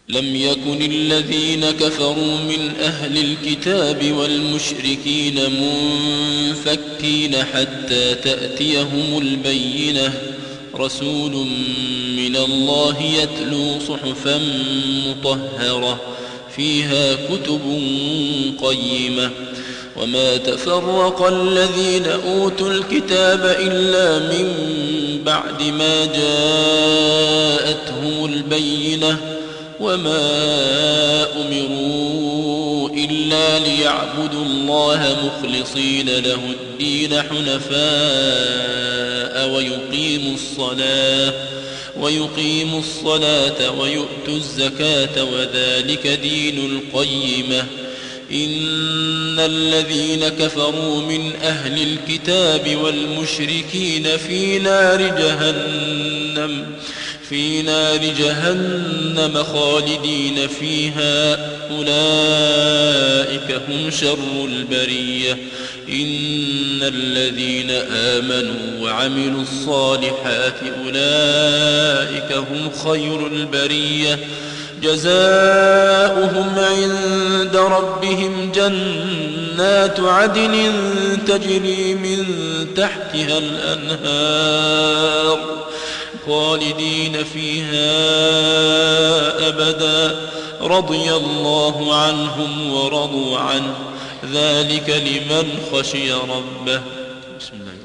لم يكن الذين كفروا من أهل الكتاب والمشركين منفكين حتى تأتيهم البينة رسول من الله يتلو صحفا مطهرة فيها كتب قيمة وما تفرق الذين أوتوا الكتاب إلا من بعد ما جاءتهم البينة وما أمروا إلا ليعبدوا الله مخلصين له الدين حنفاء ويقيموا الصلاة ويؤتوا الزكاة وذلك دين القيمة إن الذين كفروا من أهل الكتاب والمشركين في نار جهنم خالدين فيها أولئك هم شر البرية إن الذين آمنوا وعملوا الصالحات أولئك هم خير البرية جزاؤهم عند ربهم جنات عدن تجري من تحتها الأنهار خالدين فيها أبدا رضي الله عنهم ورضوا عنه ذلك لمن خشي ربه. بسم الله.